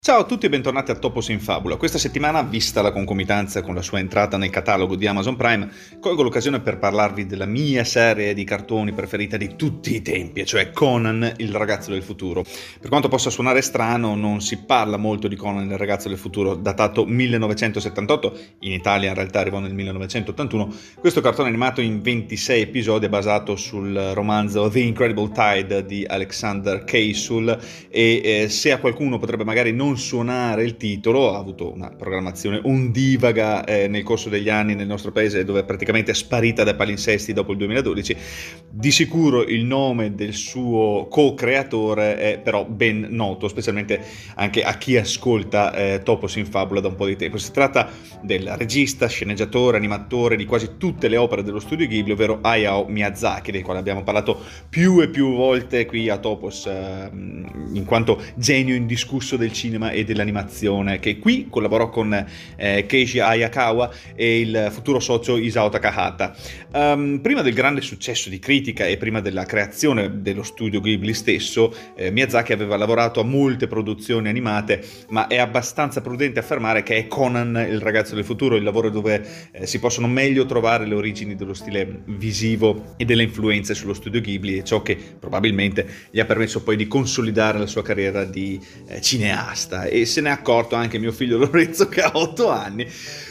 Ciao a tutti e bentornati a Topos in Fabula. Questa settimana, vista la concomitanza con la sua entrata nel catalogo di Amazon Prime, colgo l'occasione per parlarvi della mia serie di cartoni preferita di tutti i tempi, cioè Conan, il ragazzo del futuro. Per quanto possa suonare strano, non si parla molto di Conan, il ragazzo del futuro, datato 1978, in Italia in realtà arrivò nel 1981. Questo cartone animato in 26 episodi è basato sul romanzo The Incredible Tide di Alexander Keisul e se a qualcuno potrebbe magari non suonare il titolo, ha avuto una programmazione ondivaga nel corso degli anni nel nostro paese, dove praticamente è sparita dai palinsesti dopo il 2012. Di sicuro il nome del suo co-creatore è però ben noto, specialmente anche a chi ascolta Topos in Fabula da un po' di tempo. Si tratta del regista, sceneggiatore, animatore di quasi tutte le opere dello studio Ghibli, ovvero Hayao Miyazaki, del quale abbiamo parlato più e più volte qui a Topos, in quanto genio indiscusso del cinema e dell'animazione, che qui collaborò con Keiichi Hayakawa e il futuro socio Isao Takahata. Prima del grande successo di critica e prima della creazione dello studio Ghibli stesso, Miyazaki aveva lavorato a molte produzioni animate, ma è abbastanza prudente affermare che è Conan, il ragazzo del futuro, il lavoro dove si possono meglio trovare le origini dello stile visivo e delle influenze sullo studio Ghibli, e ciò che probabilmente gli ha permesso poi di consolidare la sua carriera di cineasta. E se ne è accorto anche mio figlio Lorenzo, che ha 8 anni.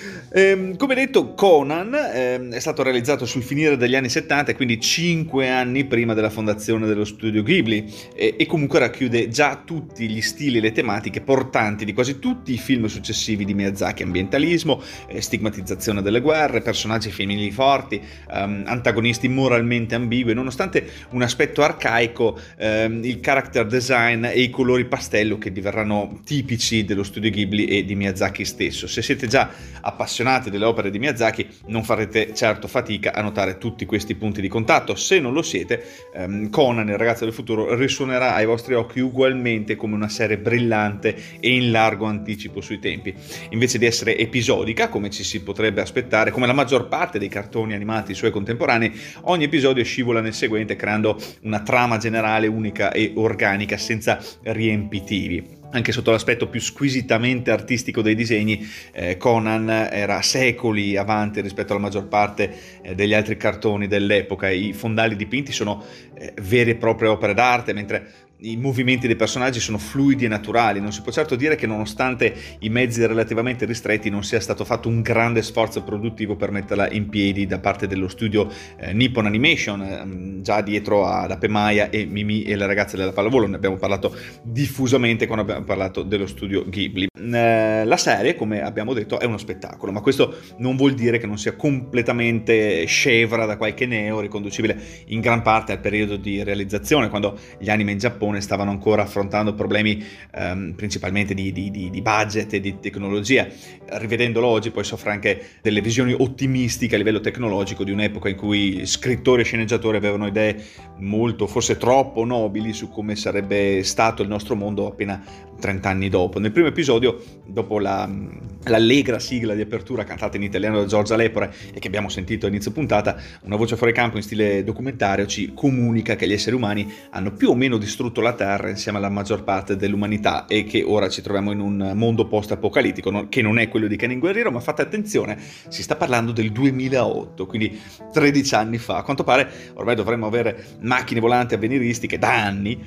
Come detto, Conan è stato realizzato sul finire degli anni 70, quindi 5 anni prima della fondazione dello studio Ghibli, e comunque racchiude già tutti gli stili e le tematiche portanti di quasi tutti i film successivi di Miyazaki: ambientalismo, stigmatizzazione delle guerre, personaggi femminili forti, antagonisti moralmente ambigui. Nonostante un aspetto arcaico, il character design e i colori pastello che diverranno tipici dello studio Ghibli e di Miyazaki stesso. Se siete già appassionati delle opere di Miyazaki, non farete certo fatica a notare tutti questi punti di contatto. Se non lo siete, Conan, il ragazzo del futuro, risuonerà ai vostri occhi ugualmente come una serie brillante e in largo anticipo sui tempi. Invece di essere episodica, come ci si potrebbe aspettare, come la maggior parte dei cartoni animati suoi contemporanei, ogni episodio scivola nel seguente, creando una trama generale unica e organica, senza riempitivi. Anche sotto l'aspetto più squisitamente artistico dei disegni, Conan era secoli avanti rispetto alla maggior parte degli altri cartoni dell'epoca. I fondali dipinti sono vere e proprie opere d'arte, mentre i movimenti dei personaggi sono fluidi e naturali. Non si può certo dire che, nonostante i mezzi relativamente ristretti, non sia stato fatto un grande sforzo produttivo per metterla in piedi da parte dello studio Nippon Animation, già dietro ad Ape Maya e Mimi e le ragazze della pallavolo. Ne abbiamo parlato diffusamente quando abbiamo parlato dello studio Ghibli. La serie, come abbiamo detto, è uno spettacolo, ma questo non vuol dire che non sia completamente scevra da qualche neo, riconducibile in gran parte al periodo di realizzazione, quando gli anime in Giappone stavano ancora affrontando problemi principalmente di budget e di tecnologia. Rivedendolo oggi poi si offre anche delle visioni ottimistiche a livello tecnologico di un'epoca in cui scrittori e sceneggiatori avevano idee molto, forse troppo nobili su come sarebbe stato il nostro mondo appena 30 anni dopo. Nel primo episodio, dopo l'allegra sigla di apertura cantata in italiano da Giorgia Lepore e che abbiamo sentito a inizio puntata, una voce fuori campo in stile documentario ci comunica che gli esseri umani hanno più o meno distrutto la Terra insieme alla maggior parte dell'umanità e che ora ci troviamo in un mondo post-apocalittico, che non è quello di Kenan Guerriero, ma fate attenzione, si sta parlando del 2008, quindi 13 anni fa. A quanto pare ormai dovremmo avere macchine volanti avveniristiche da anni,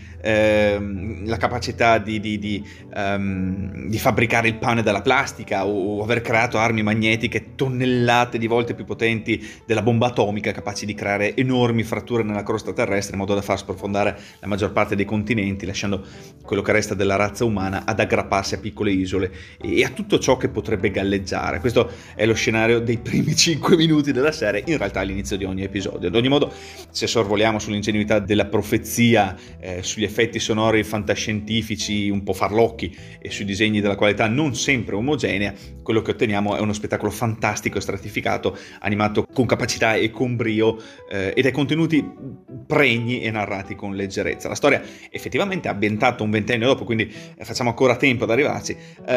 la capacità di fabbricare il pane dalla plastica o aver creato armi magnetiche tonnellate di volte più potenti della bomba atomica, capaci di creare enormi fratture nella crosta terrestre in modo da far sprofondare la maggior parte dei continenti, lasciando quello che resta della razza umana ad aggrapparsi a piccole isole e a tutto ciò che potrebbe galleggiare. Questo è lo scenario dei primi 5 minuti della serie, in realtà all'inizio di ogni episodio. Ad ogni modo, se sorvoliamo sull'ingenuità della profezia, sugli effetti sonori fantascientifici un po' farlocchi e sui disegni della qualità non sempre omogenea, quello che otteniamo è uno spettacolo fantastico e stratificato, animato con capacità e con brio, e dai contenuti pregni e narrati con leggerezza. La storia effettivamente è ambientata un ventennio dopo, quindi facciamo ancora tempo ad arrivarci.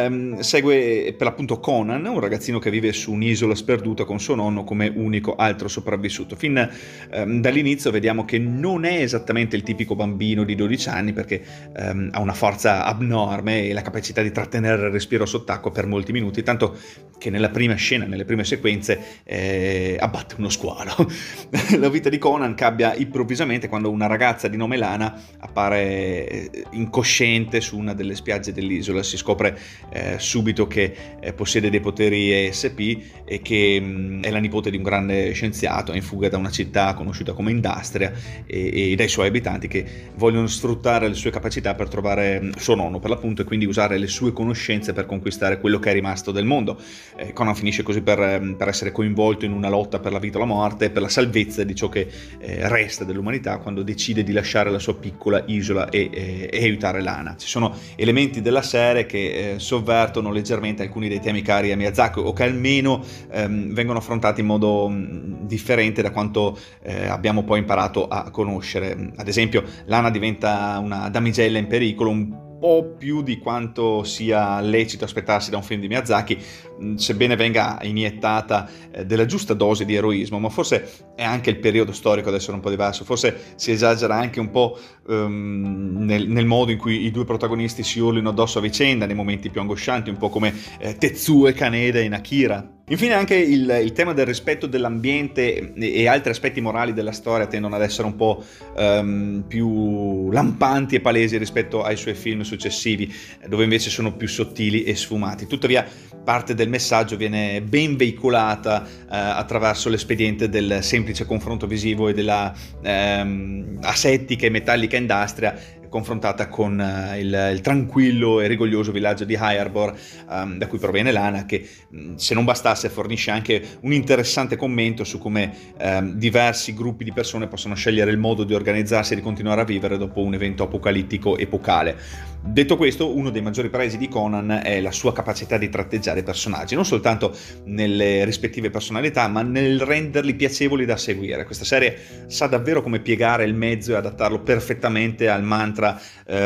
Segue per l'appunto Conan, un ragazzino che vive su un'isola sperduta con suo nonno come unico altro sopravvissuto. Fin dall'inizio vediamo che non è esattamente il tipico bambino di 12 anni, perché ha una forza abnorme enorme e la capacità di trattenere il respiro sott'acqua per molti minuti, tanto che nella prima scena, nelle prime sequenze, abbatte uno squalo. La vita di Conan cambia improvvisamente quando una ragazza di nome Lana appare incosciente su una delle spiagge dell'isola. Si scopre subito che possiede dei poteri ESP e che è la nipote di un grande scienziato in fuga da una città conosciuta come Industria e dai suoi abitanti che vogliono sfruttare le sue capacità per trovare suo nonno, per l'appunto, e quindi usare le sue conoscenze per conquistare quello che è rimasto del mondo. Conan finisce così per essere coinvolto in una lotta per la vita o la morte, per la salvezza di ciò che resta dell'umanità, quando decide di lasciare la sua piccola isola e aiutare Lana. Ci sono elementi della serie che sovvertono leggermente alcuni dei temi cari a Miyazaki, o che almeno vengono affrontati in modo differente da quanto abbiamo poi imparato a conoscere. Ad esempio, Lana diventa una damigella in pericolo, un po' più di quanto sia lecito aspettarsi da un film di Miyazaki, sebbene venga iniettata della giusta dose di eroismo, ma forse è anche il periodo storico ad essere un po' diverso, forse si esagera anche un po' nel modo in cui i due protagonisti si urlino addosso a vicenda nei momenti più angoscianti, un po' come Tetsuo e Kaneda in Akira. Infine anche il tema del rispetto dell'ambiente e altri aspetti morali della storia tendono ad essere un po' più lampanti e palesi rispetto ai suoi film successivi, dove invece sono più sottili e sfumati. Tuttavia parte del messaggio viene ben veicolata attraverso l'espediente del semplice confronto visivo e della asettica e metallica Industria confrontata con il tranquillo e rigoglioso villaggio di Hyarbor, da cui proviene Lana, che se non bastasse fornisce anche un interessante commento su come diversi gruppi di persone possono scegliere il modo di organizzarsi e di continuare a vivere dopo un evento apocalittico epocale. Detto questo, uno dei maggiori pregi di Conan è la sua capacità di tratteggiare i personaggi, non soltanto nelle rispettive personalità, ma nel renderli piacevoli da seguire. Questa serie sa davvero come piegare il mezzo e adattarlo perfettamente al mantra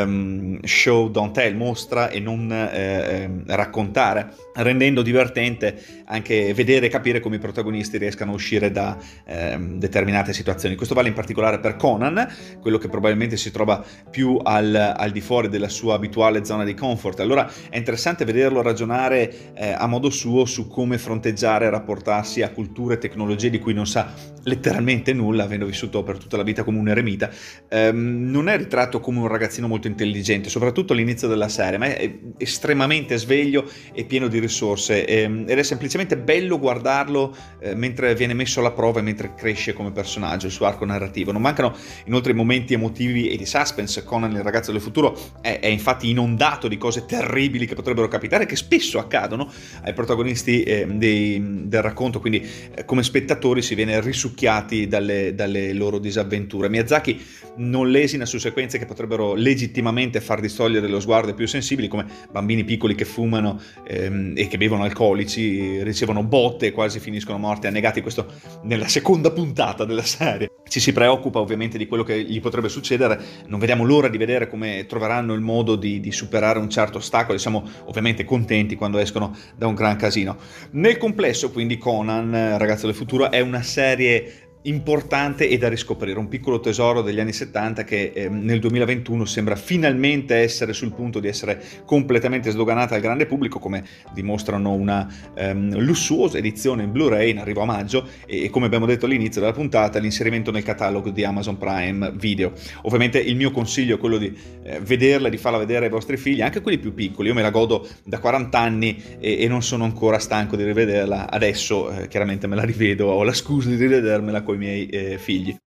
show don't tell, mostra e non raccontare, rendendo divertente anche vedere e capire come i protagonisti riescano a uscire da determinate situazioni. Questo vale in particolare per Conan, quello che probabilmente si trova più al di fuori della sua abituale zona di comfort. Allora è interessante vederlo ragionare a modo suo su come fronteggiare e rapportarsi a culture e tecnologie di cui non sa letteralmente nulla, avendo vissuto per tutta la vita come un eremita. Non è ritratto come un ragazzino molto intelligente, soprattutto all'inizio della serie, ma è estremamente sveglio e pieno di risorse, ed è semplicemente bello guardarlo mentre viene messo alla prova e mentre cresce come personaggio, il suo arco narrativo. Non mancano inoltre momenti emotivi e di suspense. Conan, il ragazzo del futuro, è infatti inondato di cose terribili che potrebbero capitare, che spesso accadono ai protagonisti del racconto, quindi come spettatori si viene risucchiati dalle loro disavventure. Miyazaki non lesina su sequenze che potrebbero legittimamente far distogliere lo sguardo ai più sensibili, come bambini piccoli che fumano e che bevono alcolici, ricevono botte e quasi finiscono morti annegati, questo nella seconda puntata della serie. Ci si preoccupa ovviamente di quello che gli potrebbe succedere, non vediamo l'ora di vedere come troveranno il modo di superare un certo ostacolo, e siamo ovviamente contenti quando escono da un gran casino. Nel complesso, quindi, Conan, ragazzo del futuro, è una serie importante e da riscoprire, un piccolo tesoro degli anni 70 che nel 2021 sembra finalmente essere sul punto di essere completamente sdoganata al grande pubblico, come dimostrano una lussuosa edizione in Blu-ray in arrivo a maggio e come abbiamo detto all'inizio della puntata, l'inserimento nel catalogo di Amazon Prime Video. Ovviamente il mio consiglio è quello di vederla, di farla vedere ai vostri figli, anche quelli più piccoli. Io me la godo da 40 anni e non sono ancora stanco di rivederla. Adesso chiaramente me la rivedo, ho la scusa di rivedermela con i miei figli.